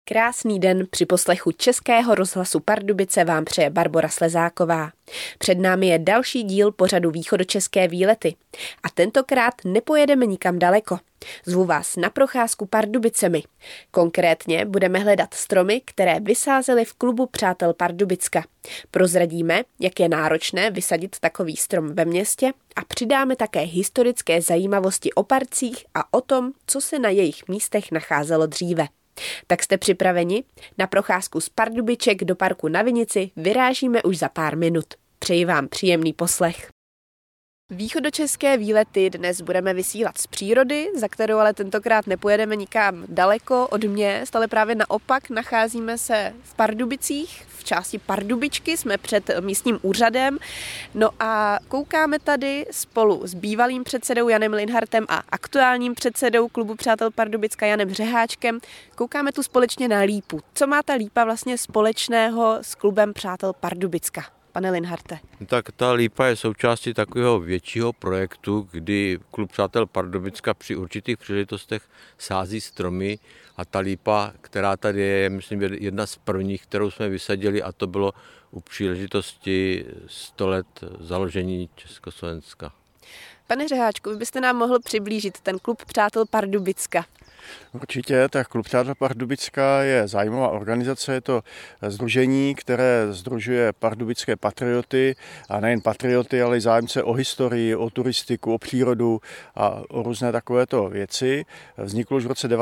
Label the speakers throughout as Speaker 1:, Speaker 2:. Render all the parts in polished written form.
Speaker 1: Krásný den při poslechu Českého rozhlasu Pardubice vám přeje Barbora Slezáková. Před námi je další díl pořadu Východočeské výlety. A tentokrát nepojedeme nikam daleko. Zvu vás na procházku Pardubicemi. Konkrétně budeme hledat stromy, které vysázeli v klubu Přátel Pardubicka. Prozradíme, jak je náročné vysadit takový strom ve městě a přidáme také historické zajímavosti o parcích a o tom, co se na jejich místech nacházelo dříve. Tak jste připraveni? Na procházku z Pardubiček do parku na Vinici vyrážíme už za pár minut. Přeji vám příjemný poslech. Východočeské výlety dnes budeme vysílat z přírody, za kterou ale tentokrát nepojedeme nikam daleko od měst, ale právě naopak nacházíme se v Pardubicích, v části Pardubičky, jsme před místním úřadem. No a koukáme tady spolu s bývalým předsedou Janem Linhartem a aktuálním předsedou klubu Přátel Pardubicka Janem Řeháčkem. Koukáme tu společně na lípu. Co má ta lípa vlastně společného s klubem Přátel Pardubicka? Pane Linharte.
Speaker 2: Tak ta lípa je součástí takového většího projektu, kdy klub Přátel Pardubicka při určitých příležitostech sází stromy a ta lípa, která tady je, myslím, jedna z prvních, kterou jsme vysadili, a to bylo u příležitosti 100 let založení Československa.
Speaker 1: Pane Řeháčku, vy byste nám mohl přiblížit ten klub Přátel Pardubicka.
Speaker 3: Určitě, tak klub Přátel Pardubicka je zájmová organizace, je to sdružení, které sdružuje pardubické patrioty a nejen patrioty, ale i zájemce o historii, o turistiku, o přírodu a o různé takovéto věci. Vzniklo už v roce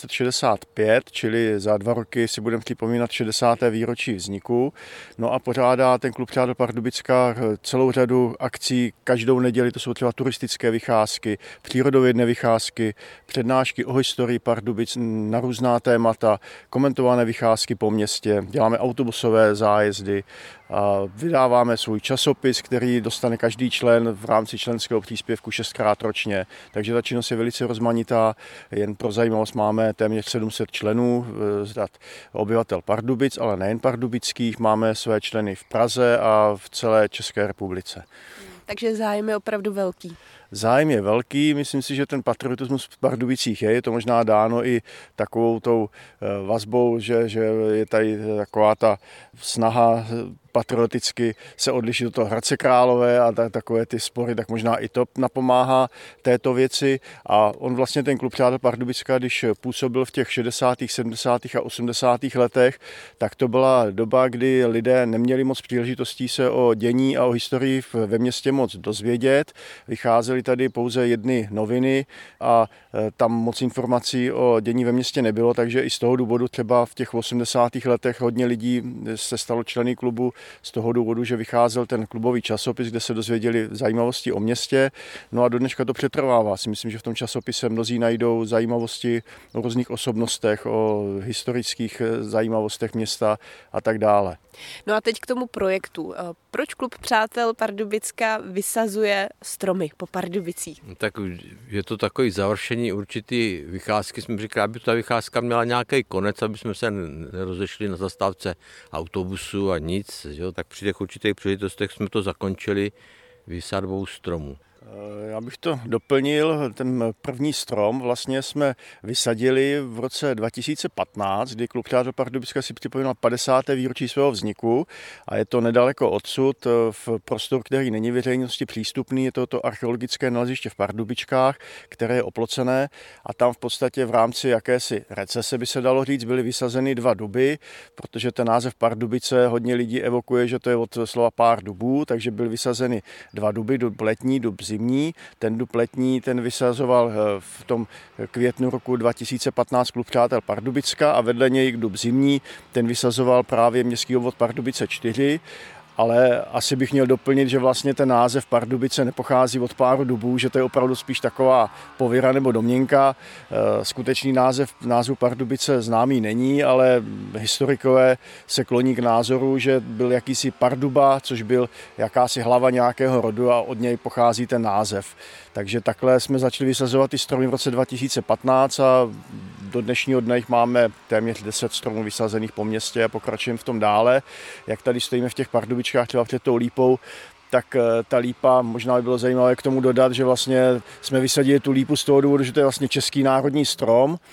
Speaker 3: 1965, čili za 2 roky si budeme připomínat 60. výročí vzniku. No a pořádá ten klub Přátel Pardubicka celou řadu akcí každou neděli, to jsou třeba turistické vycházky, přírodovědné vycházky, přednášky o historii Pardubic na různá témata, komentované vycházky po městě, děláme autobusové zájezdy a vydáváme svůj časopis, který dostane každý člen v rámci členského příspěvku 6krát ročně. Takže ta činnost je velice rozmanitá. Jen pro zajímavost máme téměř 700 členů z řad obyvatel Pardubic, ale nejen pardubických. Máme své členy v Praze a v celé České republice.
Speaker 1: Takže zájem je opravdu velký.
Speaker 3: Zájem je velký, myslím si, že ten patriotismus v Pardubicích je to možná dáno i takovou tou vazbou, že je tady taková ta snaha patrioticky se odlišit od toho Hradce Králové a takové ty spory, tak možná i to napomáhá této věci. A on vlastně ten klub Přátel Pardubicka, když působil v těch 60., 70. a 80. letech, tak to byla doba, kdy lidé neměli moc příležitostí se o dění a o historii ve městě moc dozvědět. Vycházely tady pouze jedny noviny a tam moc informací o dění ve městě nebylo, takže i z toho důvodu třeba v těch 80. letech hodně lidí se stalo členy klubu z toho důvodu, že vycházel ten klubový časopis, kde se dozvěděli zajímavosti o městě. No a do dneška to přetrvává. Si myslím, že v tom časopise mnozí najdou zajímavosti o různých osobnostech, o historických zajímavostech města a tak dále.
Speaker 1: No a teď k tomu projektu. Proč klub Přátel Pardubicka vysazuje stromy po Pardubicích?
Speaker 2: Tak je to takový završení určitý vycházky. Jsme říkali, aby ta vycházka měla nějaký konec, aby jsme se nerozešli na zastávce autobusu a nic. Jo? Tak při těch určitých příležitostech jsme to zakončili vysadbou stromů.
Speaker 3: Já bych to doplnil, ten první strom vlastně jsme vysadili v roce 2015, kdy klub Přátel Pardubicka si připomínal 50. výročí svého vzniku a je to nedaleko odsud v prostoru, který není veřejnosti přístupný, je to archeologické naleziště v Pardubičkách, které je oplocené a tam v podstatě v rámci jakési recese by se dalo říct, byly vysazeny 2 duby, protože ten název Pardubice hodně lidí evokuje, že to je od slova pár dubů, takže byly vysazeny 2 duby, dub letní, dub zimní. Ten dub letní, ten vysazoval v tom květnu roku 2015 klub Přátel Pardubicka a vedle něj dub zimní, ten vysazoval právě městský obvod Pardubice 4. Ale asi bych měl doplnit, že vlastně ten název Pardubice nepochází od páru dubů, že to je opravdu spíš taková pověra nebo domněnka. Skutečný názvu Pardubice známý není, ale historikové se kloní k názoru, že byl jakýsi Parduba, což byl jakási hlava nějakého rodu a od něj pochází ten název. Takže takhle jsme začali vysazovat ty stromy v roce 2015 a do dnešního dne jich máme téměř 10 stromů vysazených po městě a pokračujeme v tom dále. Jak tady stojíme v těch Pardubičkách třeba před tou lípou, tak ta lípa, možná by bylo zajímavé k tomu dodat, že vlastně jsme vysadili tu lípu z toho důvodu, že to je vlastně český národní strom.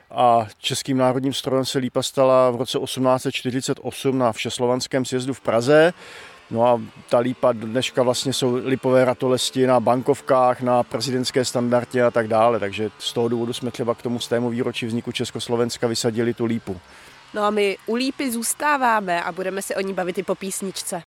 Speaker 3: a českým národním strojem se lípa stala v roce 1848 na Všeslovanském sjezdu v Praze. No a ta lípa dneška vlastně jsou lipové ratolesti na bankovkách, na prezidentské standardě a tak dále, takže z toho důvodu jsme třeba k tomu 100. výročí vzniku Československa vysadili tu lípu.
Speaker 1: No a my u lípy zůstáváme a budeme se o ní bavit i po písničce.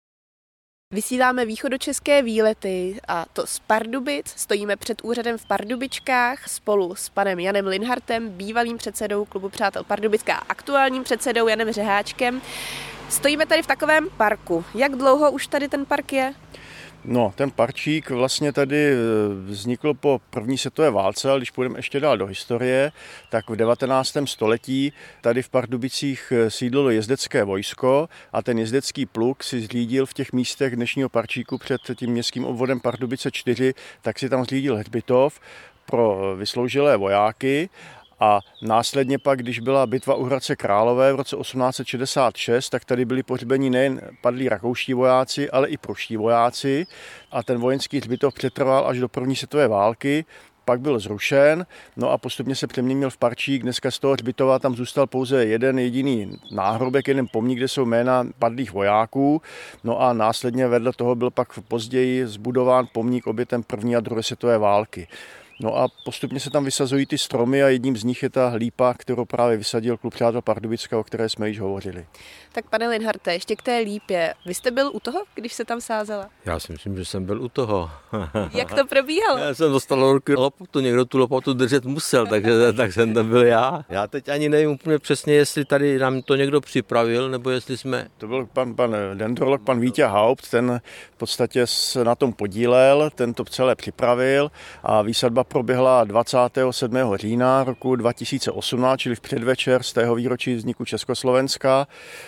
Speaker 1: Vysíláme východočeské výlety a to z Pardubic. Stojíme před úřadem v Pardubičkách spolu s panem Janem Linhartem, bývalým předsedou Klubu přátel Pardubická a aktuálním předsedou Janem Řeháčkem. Stojíme tady v takovém parku. Jak dlouho už tady ten park je?
Speaker 3: No, ten parčík vlastně tady vznikl po první světové válce, ale když půjdeme ještě dál do historie, tak v 19. století tady v Pardubicích sídlilo jezdecké vojsko a ten jezdecký pluk si zřídil v těch místech dnešního parčíku před tím městským obvodem Pardubice 4, tak si tam zřídil hřbitov pro vysloužilé vojáky. A následně pak, když byla bitva u Hradce Králové v roce 1866, tak tady byli pohřbeni nejen padlí rakouští vojáci, ale i pruští vojáci. A ten vojenský hřbitov přetrval až do první světové války, pak byl zrušen, no a postupně se přeměnil v parčík. Dneska z toho hřbitova tam zůstal pouze jeden jediný náhrobek, jeden pomník, kde jsou jména padlých vojáků. No a následně vedle toho byl pak později zbudován pomník obětem první a druhé světové války. No a postupně se tam vysazují ty stromy a jedním z nich je ta lípa, kterou právě vysadil Klub přátel Pardubicka, o které jsme již hovořili.
Speaker 1: Tak pane Linharte, ještě k té lípě. Vy jste byl u toho, když se tam sázela?
Speaker 2: Já si myslím, že jsem byl u toho.
Speaker 1: Jak to probíhalo?
Speaker 2: Já jsem dostal do ruky lopotu, někdo tu lopotu držet musel, tak jsem tam byl já. Já teď ani nevím úplně přesně, jestli tady nám to někdo připravil, nebo jestli jsme...
Speaker 3: To byl pan dendrolog, pan Vítě Haupt, ten v podstatě se na tom podílel, ten to celé připravil a výsadba proběhla 27. října roku 2018, čili v předvečer z tého výročí vzniku Československa.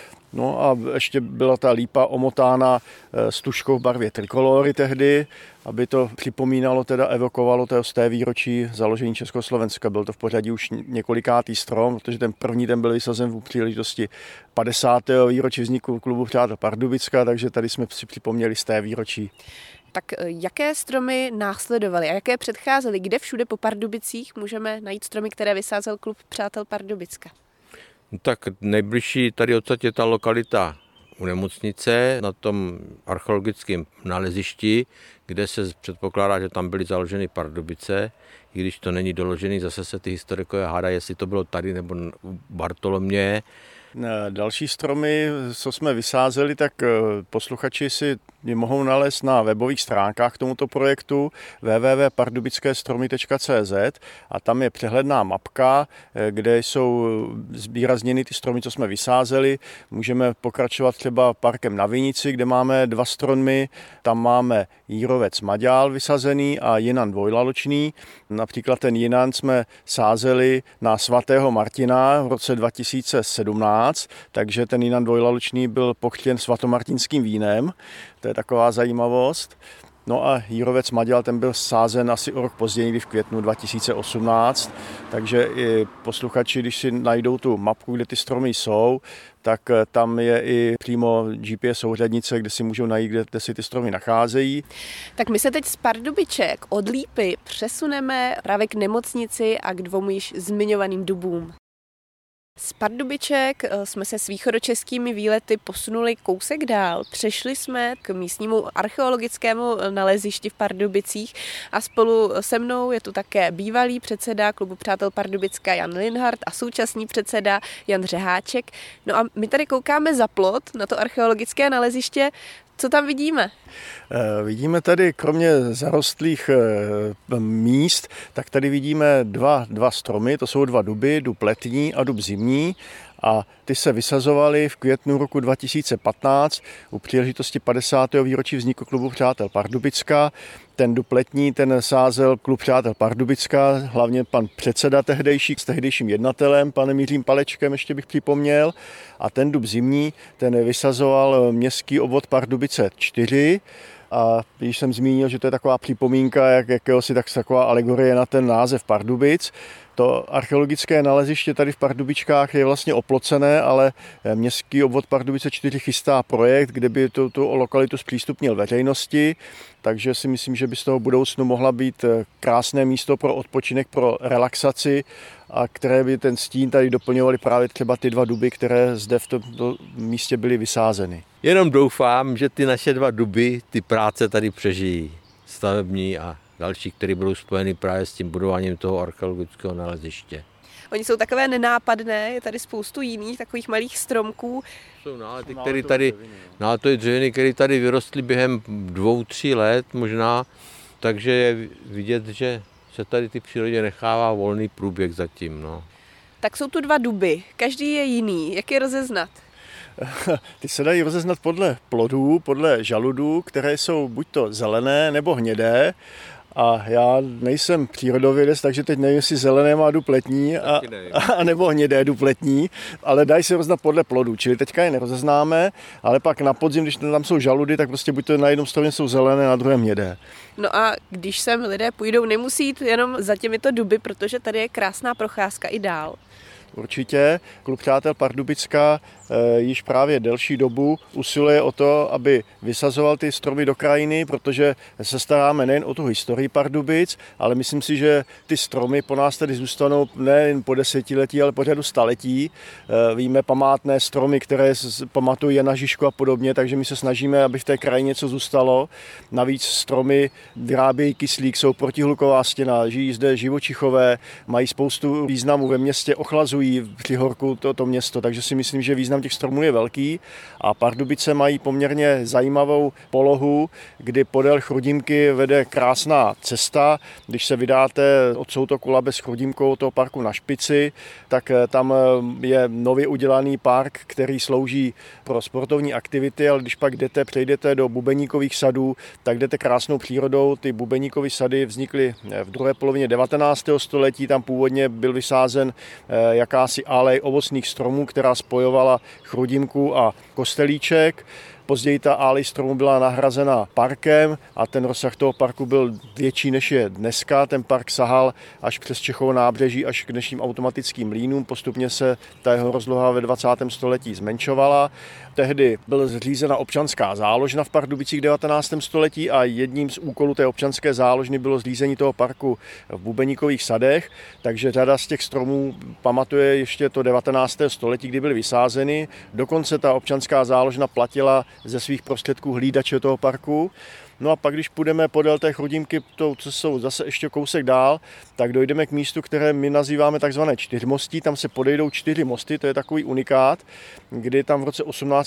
Speaker 3: No a ještě byla ta lípa omotána stužkou v barvě trikolory tehdy, aby to připomínalo, teda evokovalo z té výročí založení Československa. Byl to v pořadí už několikátý strom, protože ten první ten byl vysazen v příležitosti 50. výročí vzniku Klubu přátel Pardubicka, takže tady jsme si připomněli z té výročí.
Speaker 1: Tak jaké stromy následovaly a jaké předcházely? Kde všude po Pardubicích můžeme najít stromy, které vysázel Klub přátel Pardubicka?
Speaker 2: No tak nejbližší tady odsud je ta lokalita u nemocnice na tom archeologickém nalezišti, kde se předpokládá, že tam byly založeny Pardubice, i když to není doložený, zase se ty historikové hádají, jestli to bylo tady nebo u Bartoloměje.
Speaker 3: Další stromy, co jsme vysázeli, tak posluchači si mohou nalézt na webových stránkách k tomuto projektu www.pardubickestromy.cz a tam je přehledná mapka, kde jsou zvýrazněny ty stromy, co jsme vysázeli. Můžeme pokračovat třeba parkem na Vinici, kde máme 2 stromy, tam máme jírovec maďál vysazený a jinan dvojlaločný. Například ten jinan jsme sázeli na svatého Martina v roce 2017, takže ten jinan dvojlaločný byl pokřtěn svatomartinským vínem. To je taková zajímavost. No a jírovec maďal, ten byl sázen asi o rok později, někdy v květnu 2018, takže i posluchači, když si najdou tu mapku, kde ty stromy jsou, tak tam je i přímo GPS souřadnice, kde si můžou najít, kde si ty stromy nacházejí.
Speaker 1: Tak my se teď z Pardubiček od lípy přesuneme právě k nemocnici a k 2 již zmiňovaným dubům. Z Pardubiček jsme se s východočeskými výlety posunuli kousek dál. Přešli jsme k místnímu archeologickému nalezišti v Pardubicích a spolu se mnou je tu také bývalý předseda Klubu přátel Pardubicka Jan Linhart a současný předseda Jan Řeháček. No a my tady koukáme za plot na to archeologické naleziště. Co tam vidíme?
Speaker 3: Vidíme tady kromě zarostlých míst, tak tady vidíme dva stromy, to jsou 2 duby, dub letní a dub zimní. A ty se vysazovaly v květnu roku 2015 u příležitosti 50. výročí vzniku Klubu přátel Pardubicka. Ten dub letní, ten sázel Klub přátel Pardubicka, hlavně pan předseda tehdejší s tehdejším jednatelem, panem Jiřím Palečkem, ještě bych připomněl. A ten dub zimní, ten vysazoval městský obvod Pardubice 4. A když jsem zmínil, že to je taková připomínka jakéhosi taková alegorie na ten název Pardubic. To archeologické naleziště tady v Pardubičkách je vlastně oplocené, ale městský obvod Pardubice 4 chystá projekt, kde by tu lokalitu zpřístupnil veřejnosti. takže si myslím, že by z toho budoucnu mohla být krásné místo pro odpočinek, pro relaxaci, a které by ten stín tady doplňovaly právě třeba ty 2 duby, které zde v tomto místě byly vysázeny.
Speaker 2: Jenom doufám, že ty naše 2 duby, ty práce tady přežijí, stavební a další, které budou spojeny právě s tím budováním toho archeologického naleziště.
Speaker 1: Oni jsou takové nenápadné, je tady spoustu jiných takových malých stromků.
Speaker 2: Jsou nálety, náletové dřeviny, které tady vyrostly během 2-3 let možná, takže je vidět, že se tady ty přírodě nechává volný průběh zatím. No.
Speaker 1: Tak jsou tu 2 duby, každý je jiný, jak je rozeznat?
Speaker 3: Ty se dají rozeznat podle plodů, podle žaludů, které jsou buď to zelené nebo hnědé. A já nejsem přírodovědec, takže teď nevím, jestli zelené má dub letní a nebo hnědé dub letní, ale dají se rozeznat podle plodů, čili teďka je nerozeznáme, ale pak na podzim, když tam jsou žaludy, tak prostě buď to na jednom stromě jsou zelené, na druhém hnědé.
Speaker 1: No a když sem lidé půjdou, nemusí jít jenom za těmito duby, protože tady je krásná procházka i dál.
Speaker 3: Určitě. Klub přátel Pardubicka již právě delší dobu usiluje o to, aby vysazoval ty stromy do krajiny, protože se staráme nejen o tu historii Pardubic, ale myslím si, že ty stromy po nás tady zůstanou nejen po desetiletí, ale po řadu staletí. Víme památné stromy, které pamatují Jana Žižku a podobně, takže my se snažíme, aby v té krajině něco zůstalo. Navíc stromy vyrábějí kyslík, jsou protihluková stěna, žijí zde živočichové, mají spoustu významů ve městě, ochlazují při horku to město, takže si myslím, že význam těch stromů je velký a Pardubice mají poměrně zajímavou polohu, kdy podél Chrudimky vede krásná cesta. Když se vydáte od Soutoku Labe s Chrudimkou toho parku na špici, tak tam je nově udělaný park, který slouží pro sportovní aktivity, ale když pak přejdete do bubeníkových sadů, tak jdete krásnou přírodou. Ty bubeníkové sady vznikly v druhé polovině 19. století, tam původně byl vysázen jakási alej ovocných stromů, která spojovala Chrudimku a Kostelíček. Později ta alej stromů byla nahrazena parkem a ten rozsah toho parku byl větší, než je dneska. Ten park sahal až přes Čechovo nábřeží, až k dnešním automatickým mlýnům. Postupně se ta jeho rozloha ve 20. století zmenšovala. Tehdy byla zřízena občanská záložna v Pardubicích v 19. století a jedním z úkolů té občanské záložny bylo zřízení toho parku v bubeníkových sadech, takže řada z těch stromů pamatuje ještě to 19. století, kdy byly vysázeny. Dokonce ta občanská záložna platila ze svých prostředků hlídače toho parku. No a pak, když půjdeme podél té Chrudimky, co jsou zase ještě kousek dál, tak dojdeme k místu, které my nazýváme takzvané čtyřmostí. Tam se podejdou 4 mosty, to je takový unikát, kdy tam v roce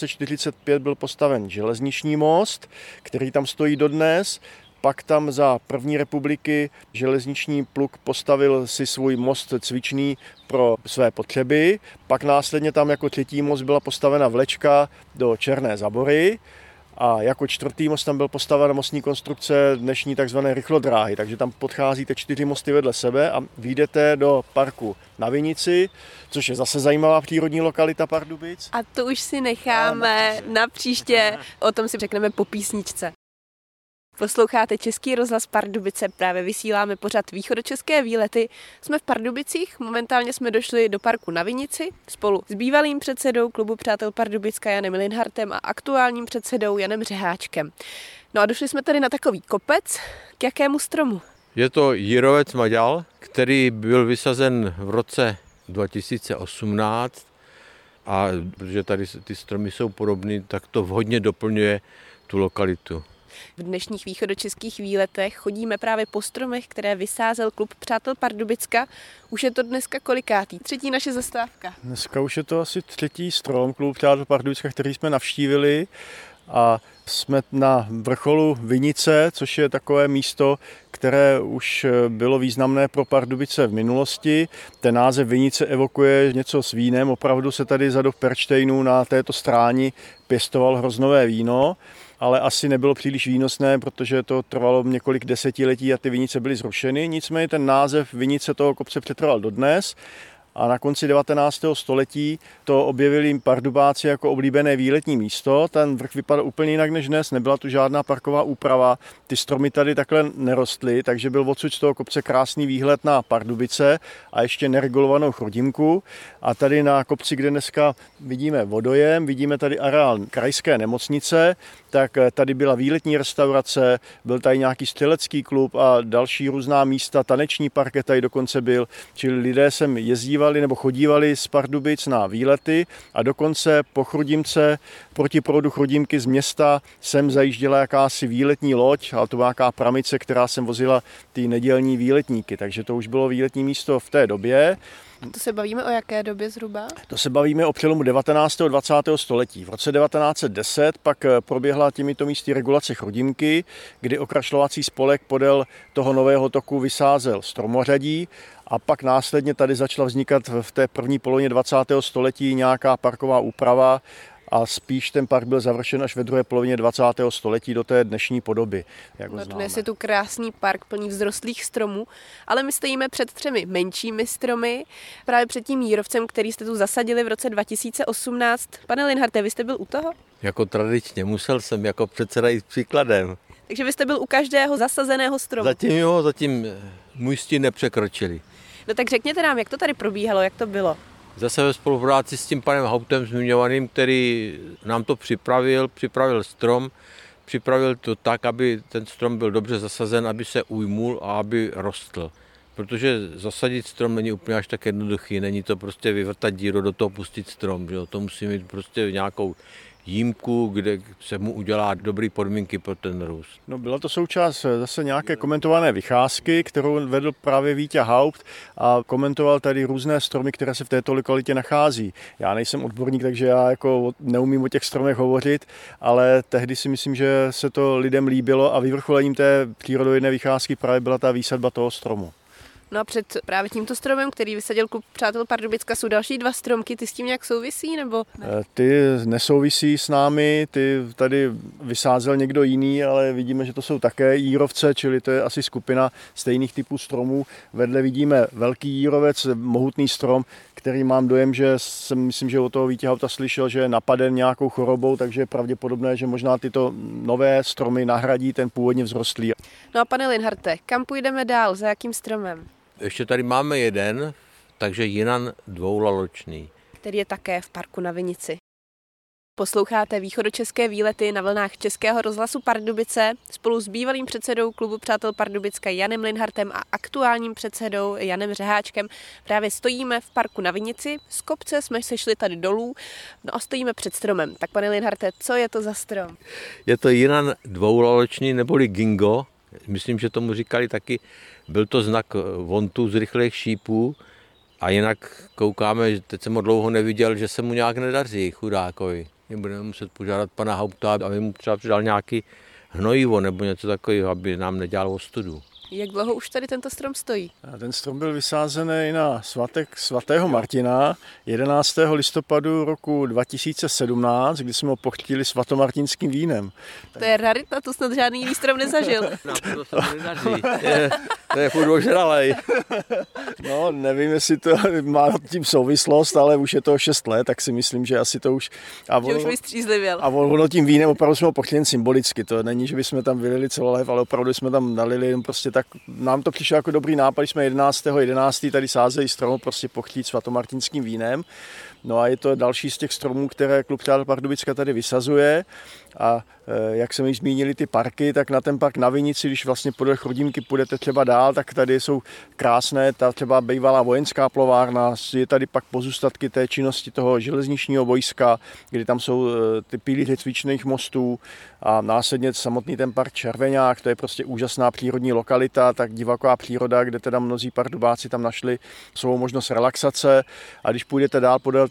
Speaker 3: 1845 byl postaven železniční most, který tam stojí dodnes. Pak tam za první republiky železniční pluk postavil si svůj most cvičný pro své potřeby. Pak následně tam jako 3. most byla postavena vlečka do Černé Zabory. A jako 4. most tam byl postavena mostní konstrukce dnešní takzvané rychlodráhy, takže tam podcházíte 4 mosty vedle sebe a vyjdete do parku na Vinici, což je zase zajímavá přírodní lokalita Pardubic.
Speaker 1: A to už si necháme na příště, o tom si řekneme po písničce. Posloucháte Český rozhlas Pardubice, právě vysíláme pořad Východočeské výlety. Jsme v Pardubicích, momentálně jsme došli do parku na Vinici spolu s bývalým předsedou klubu přátel Pardubicka Janem Linhartem a aktuálním předsedou Janem Řeháčkem. No a došli jsme tady na takový kopec, k jakému stromu?
Speaker 2: Je to jirovec maďal, který byl vysazen v roce 2018 a protože tady ty stromy jsou podobné, tak to hodně doplňuje tu lokalitu.
Speaker 1: V dnešních východočeských výletech chodíme právě po stromech, které vysázel klub přátel Pardubicka. Už je to dneska kolikátý? 3. naše zastávka.
Speaker 3: Dneska už je to asi 3. strom klubu přátel Pardubicka, který jsme navštívili. A jsme na vrcholu Vinice, což je takové místo, které už bylo významné pro Pardubice v minulosti. Ten název Vinice evokuje něco s vínem. Opravdu se tady za dob Perštejnů na této stráni pěstoval hroznové víno, ale asi nebylo příliš výnosné, protože to trvalo několik desetiletí a ty vinice byly zrušeny. Nicméně ten název Vinice toho kopce přetrval dodnes. a na konci 19. století to objevili Pardubáci jako oblíbené výletní místo. Ten vrch vypadal úplně jinak než dnes, nebyla tu žádná parková úprava, ty stromy tady takhle nerostly, takže byl odsud z toho kopce krásný výhled na Pardubice a ještě neregulovanou Chrudimku. A tady na kopci, kde dneska vidíme vodojem, vidíme tady areál krajské nemocnice, tak tady byla výletní restaurace, byl tady nějaký střelecký klub a další různá místa, taneční parket tady dokonce byl, čili lidé sem jezdívali nebo chodívali z Pardubic na výlety a dokonce po Chrudimce, proti proudu Chrudimky z města sem zajížděla jakási výletní loď, ale to byla nějaká pramice, která sem vozila ty nedělní výletníky, takže to už bylo výletní místo v té době.
Speaker 1: To se bavíme o jaké době zhruba?
Speaker 3: To se bavíme o přelomu 19. a 20. století. V roce 1910 pak proběhla těmito místy regulace Chrudimky, kdy okrašlovací spolek podél toho nového toku vysázel stromořadí a pak následně tady začala vznikat v té první polovině 20. století nějaká parková úprava a spíš ten park byl završen až ve druhé polovině 20. století do té dnešní podoby.
Speaker 1: Dnes je tu krásný park plný vzrostlých stromů, ale my stojíme před 3 menšími stromy, právě před tím jírovcem, který jste tu zasadili v roce 2018. Pane Linharte, vy jste byl u toho?
Speaker 2: Jako tradičně, musel jsem jako předseda jít příkladem.
Speaker 1: Takže vy jste byl u každého zasazeného stromu?
Speaker 2: Zatím můj stín nepřekročili.
Speaker 3: No
Speaker 1: tak řekněte nám, jak to tady probíhalo, jak to bylo?
Speaker 2: Zase ve spolupráci s tím panem Hautem zmiňovaným, který nám to připravil strom, připravil to tak, aby ten strom byl dobře zasazen, aby se ujmul a aby rostl. Protože zasadit strom není úplně až tak jednoduchý, není to prostě vyvrtat díru, do toho pustit strom, že jo? To musí mít prostě nějakou jímku, kde se mu udělá dobré podmínky pro ten růst.
Speaker 3: No, byla to součást zase nějaké komentované vycházky, kterou vedl právě Vítě Haupt a komentoval tady různé stromy, které se v této lokalitě nachází. Já nejsem odborník, takže já jako neumím o těch stromech hovořit, ale tehdy si myslím, že se to lidem líbilo a vyvrcholením té přírodovědné vycházky právě byla ta výsadba toho stromu.
Speaker 1: No a před právě tímto stromem, který vysadil klub Přátel Pardubicka, jsou další 2 stromky. Ty s tím nějak souvisí, nebo ne?
Speaker 3: Ty nesouvisí s námi, ty tady vysázel někdo jiný, ale vidíme, že to jsou také jírovce, čili to je asi skupina stejných typů stromů. Vedle vidíme velký jírovec, mohutný strom, který mám dojem, že jsem, myslím, že od toho Vítě Hauta slyšel, že je napaden nějakou chorobou, takže je pravděpodobné, že možná tyto nové stromy nahradí ten původně vzrostlý.
Speaker 1: No a pane Linharte, kam půjdeme dál, za jakým stromem?
Speaker 2: Ještě tady máme jeden, takže jinan dvoulaločný.
Speaker 1: Který je také v parku na Vinici. Posloucháte východočeské výlety na vlnách Českého rozhlasu Pardubice. Spolu s bývalým předsedou klubu Přátel Pardubicka Janem Linhartem a aktuálním předsedou Janem Řeháčkem právě stojíme v parku na Vinici. Z kopce jsme se šli tady dolů, no a stojíme před stromem. Tak pane Linharte, co je to za strom?
Speaker 2: Je to jinan dvoulaločný neboli gingo. Myslím, že tomu říkali taky. Byl to znak vontu z rychlých šípů a jinak koukáme, že teď jsem ho dlouho neviděl, že se mu nějak nedaří, chudákovi. My budeme muset požádat pana Haupta, aby mu třeba přidal nějaký hnojivo nebo něco takového, aby nám nedělal ostudu.
Speaker 1: Jak dlouho už tady tento strom stojí?
Speaker 3: Ten strom byl vysázený na svatek svatého Martina 11. listopadu roku 2017, kdy jsme ho pochtili svatomartinským vínem.
Speaker 1: To je rarita, to snad žádný jiný strom nezažil.
Speaker 2: To se mu nedaří. To je furt ožralej.
Speaker 3: No, nevím, jestli to má tím souvislost, ale už je to 6 let, tak si myslím, že asi to už...
Speaker 1: Že už vystřízlivěl.
Speaker 3: A ono tím vínem opravdu jsme ho pochtili symbolicky. To není, že bychom tam vylili celolev, ale opravdu jsme tam nalili jen prostě tak. Nám to přišlo jako dobrý nápad, když jsme 11. tady sázejí strom prostě pochtít svatomartinským vínem. No a je to další z těch stromů, které klub Přátel Pardubicka tady vysazuje. A jak jsme již zmínili ty parky, tak na ten park na Vinici, když vlastně podle Chrudimky půjdete třeba dál, tak tady jsou krásné, ta třeba bývalá vojenská plovárna, je tady pak pozůstatky té činnosti toho železničního vojska, kdy tam jsou ty pilíře cvičných mostů a následně samotný ten park Červeňák, to je prostě úžasná přírodní lokalita, tak divoká příroda, kde teda mnozí Pardubáci tam našli svou možnost relaxace a když půjdete dál podél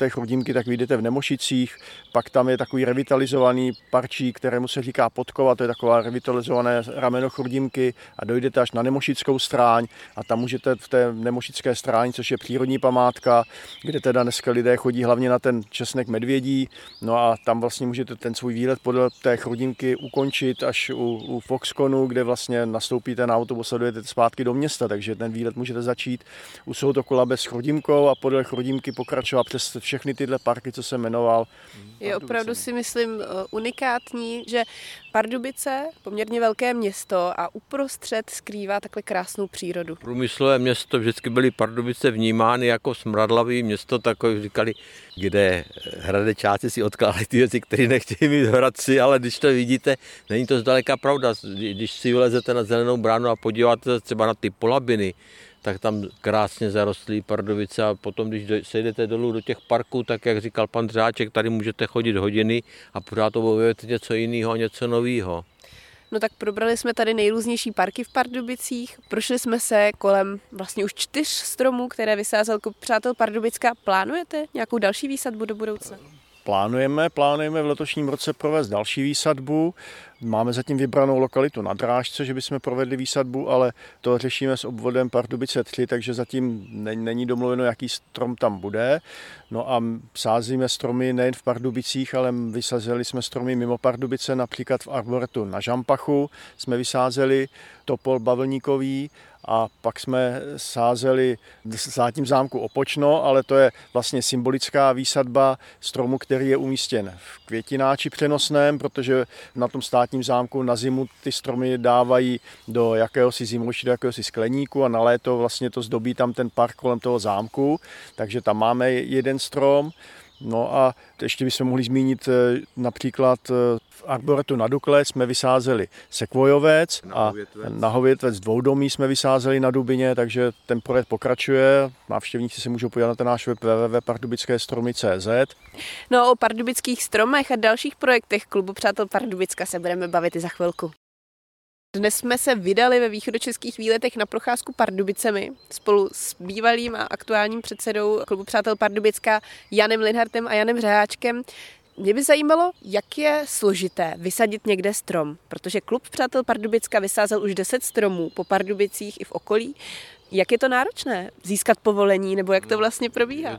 Speaker 3: té Chrudimky, tak vyjdete v Nemošicích, pak tam je takový revitalizovaný parčík, kterému se říká Podkova, to je taková revitalizované rameno Chrudimky a dojdete až na Nemošickou stráň a tam můžete v té Nemošické stráni, což je přírodní památka, kde teda dneska lidé chodí hlavně na ten česnek medvědí, no a tam vlastně můžete ten svůj výlet podle té Chrudimky ukončit až u Foxconu, kde vlastně nastoupíte na autobus a dojedete zpátky do města, takže ten výlet můžete začít u Soutokolabe s Chrudimkou a podle Chrudimky pokračovat přes všechny tyhle parky, co jsem jmenoval.
Speaker 1: Je opravdu si myslím unikátní, že Pardubice, poměrně velké město a uprostřed skrývá takhle krásnou přírodu.
Speaker 2: Průmyslové město vždycky byly Pardubice vnímány jako smradlavý město, takové říkali, kde hradečáci si odkládají ty věci, které nechtějí mít v Hradci, ale když to vidíte, není to zdaleka pravda. Když si vylezete na Zelenou bránu a podíváte se třeba na ty polabiny, tak tam krásně zarostlí Pardubice a potom, když sejdete dolů do těch parků, tak jak říkal pan Dřáček, tady můžete chodit hodiny a pořád objevujete něco jiného, něco nového.
Speaker 1: No tak probrali jsme tady nejrůznější parky v Pardubicích, prošli jsme se kolem vlastně už 4 stromů, které vysázel Klub přátel Pardubicka. Plánujete nějakou další výsadbu do budoucna?
Speaker 3: Plánujeme v letošním roce provést další výsadbu. Máme zatím vybranou lokalitu na Drážce, že bychom provedli výsadbu, ale to řešíme s obvodem Pardubice 3, takže zatím není domluveno, jaký strom tam bude. No a sázíme stromy nejen v Pardubicích, ale vysázeli jsme stromy mimo Pardubice, například v arboretu na Žampachu jsme vysázeli topol bavlníkový a pak jsme sázeli v státním zámku Opočno, ale to je vlastně symbolická výsadba stromu, který je umístěn v květináči přenosném, protože na tom státním zámku na zimu ty stromy dávají do jakéhosi zimouši, do jakéhosi skleníku a na léto vlastně to zdobí tam ten park kolem toho zámku, takže tam máme jeden strom. No a ještě bychom mohli zmínit například v arboretu na Dukle jsme vysázeli sekvojovec a nahovětvec dvoudomí jsme vysázeli na Dubině, takže ten projekt pokračuje. Návštěvníci se můžou podívat na ten náš web www.pardubickestromy.cz.
Speaker 1: No o pardubických stromech a dalších projektech Klubu přátel Pardubicka se budeme bavit i za chvilku. Dnes jsme se vydali ve východočeských výletech na procházku Pardubicemi spolu s bývalým a aktuálním předsedou Klubu přátel Pardubicka Janem Linhartem a Janem Řeháčkem. Mě by zajímalo, jak je složité vysadit někde strom, protože Klub přátel Pardubicka vysázel už 10 stromů po Pardubicích i v okolí. Jak je to náročné získat povolení, nebo jak to vlastně probíhá?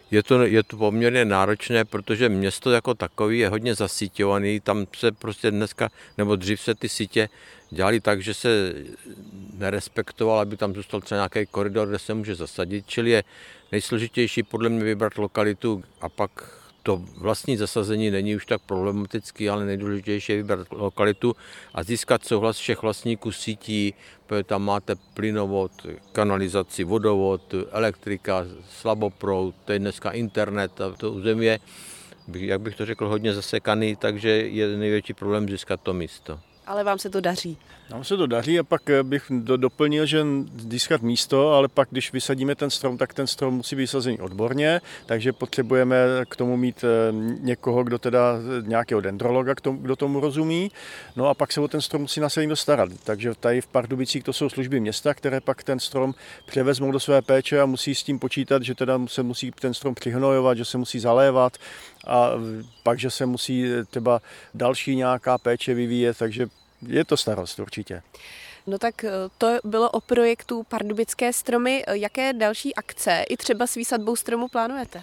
Speaker 2: Je to poměrně náročné, protože město jako takový je hodně zasíťovaný, tam se prostě dneska, nebo dřív se ty sítě dělali tak, že se nerespektoval, aby tam zůstal třeba nějaký koridor, kde se může zasadit, čili je nejsložitější podle mě vybrat lokalitu a pak to vlastní zasazení není už tak problematický, ale nejdůležitější je vybrat lokalitu a získat souhlas všech vlastníků sítí, protože tam máte plynovod, kanalizaci, vodovod, elektrika, slaboproud, to je dneska internet a to území je, jak bych to řekl, hodně zasekaný, takže je největší problém získat to místo.
Speaker 1: Ale vám se to daří.
Speaker 3: Nám se to daří a pak bych doplnil, že získat místo, ale pak, když vysadíme ten strom, tak ten strom musí být vysazený odborně, takže potřebujeme k tomu mít někoho, kdo teda nějakého dendrologa, kdo tomu rozumí, no a pak se o ten strom musí následně dostarat. Takže tady v Pardubicích to jsou služby města, které pak ten strom převezmou do své péče a musí s tím počítat, že teda se musí ten strom přihnojovat, že se musí zalévat a pak, že se musí třeba další nějaká péče vyvíjet, takže je to starost určitě.
Speaker 1: No tak to bylo o projektu Pardubické stromy. Jaké další akce i třeba s výsadbou stromu plánujete?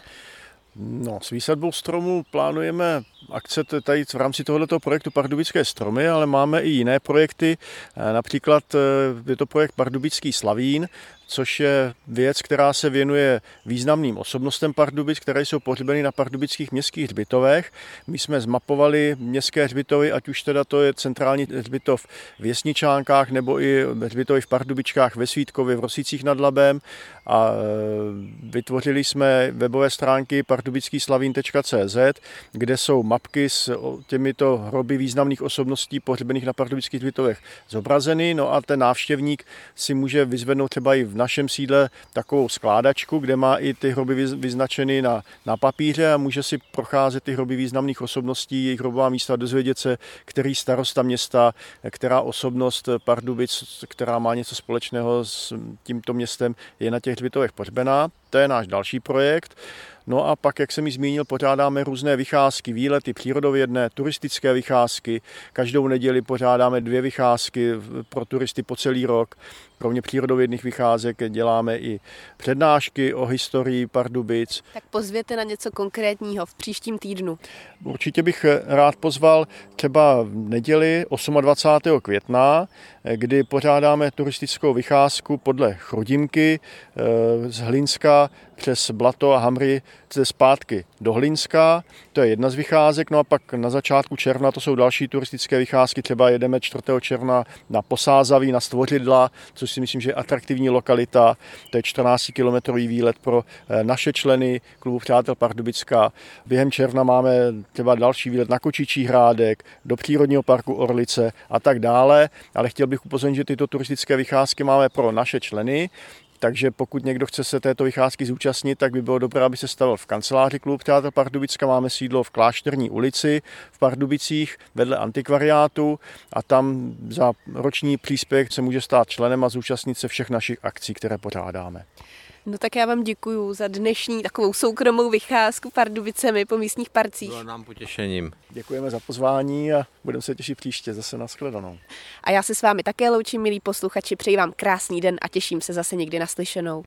Speaker 3: No, s výsadbou stromů plánujeme akce tady v rámci tohoto projektu Pardubické stromy, ale máme i jiné projekty. Například je to projekt Pardubický Slavín, což je věc, která se věnuje významným osobnostem Pardubic, které jsou pohřbeny na pardubických městských hřbitovech. My jsme zmapovali městské hřbitovy, ať už teda to je centrální hřbitov v Jesničánkách nebo i hřbitovy v Pardubičkách, ve Svítkově, v Rosicích nad Labem a vytvořili jsme webové stránky pardubickyslavín.cz, kde jsou mapky s těmito hroby významných osobností pohřbených na pardubických hřbitovech zobrazeny. No a ten návštěvník si může vyzvednout třeba i v našem sídle takovou skládačku, kde má i ty hroby vyznačeny na papíře a může si procházet ty hroby významných osobností, jejich hrobová místa, dozvědět se, který starosta města, která osobnost Pardubic, která má něco společného s tímto městem, je na těch hřbitovech pohřbená. To je náš další projekt. No a pak, jak jsem ji zmínil, pořádáme různé vycházky, výlety přírodovědné, turistické vycházky. Každou neděli pořádáme 2 vycházky pro turisty po celý rok. Kromě přírodovědných vycházek děláme i přednášky o historii Pardubic.
Speaker 1: Tak pozvěte na něco konkrétního v příštím týdnu.
Speaker 3: Určitě bych rád pozval třeba v neděli 28. května, kdy pořádáme turistickou vycházku podle Chrudimky z Hlinska přes Blato a Hamry zpátky do Hlinska. To je jedna z vycházek. No a pak na začátku června to jsou další turistické vycházky. Třeba jedeme 4. června na Posázaví, na Stvořidla, což si myslím, že je atraktivní lokalita. To je 14-kilometrový výlet pro naše členy klubu Přátel Pardubicka. Během června máme třeba další výlet na Kočičí Hrádek, do přírodního parku Orlice a tak dále. Ale chtěl bych upozornit, že tyto turistické vycházky máme pro naše členy. Takže pokud někdo chce se této vycházky zúčastnit, tak by bylo dobré, aby se stavil v kanceláři klubu Přátel Pardubicka. Máme sídlo v Klášterní ulici v Pardubicích vedle antikvariátu a tam za roční příspěvek se může stát členem a zúčastnit se všech našich akcí, které pořádáme.
Speaker 1: No tak já vám děkuju za dnešní takovou soukromou vycházku Pardubicemi po místních parcích.
Speaker 2: Bylo nám potěšením.
Speaker 3: Děkujeme za pozvání a budeme se těšit příště zase na shledanou.
Speaker 1: A já se s vámi také loučím, milí posluchači, přeji vám krásný den a těším se zase někdy naslyšenou.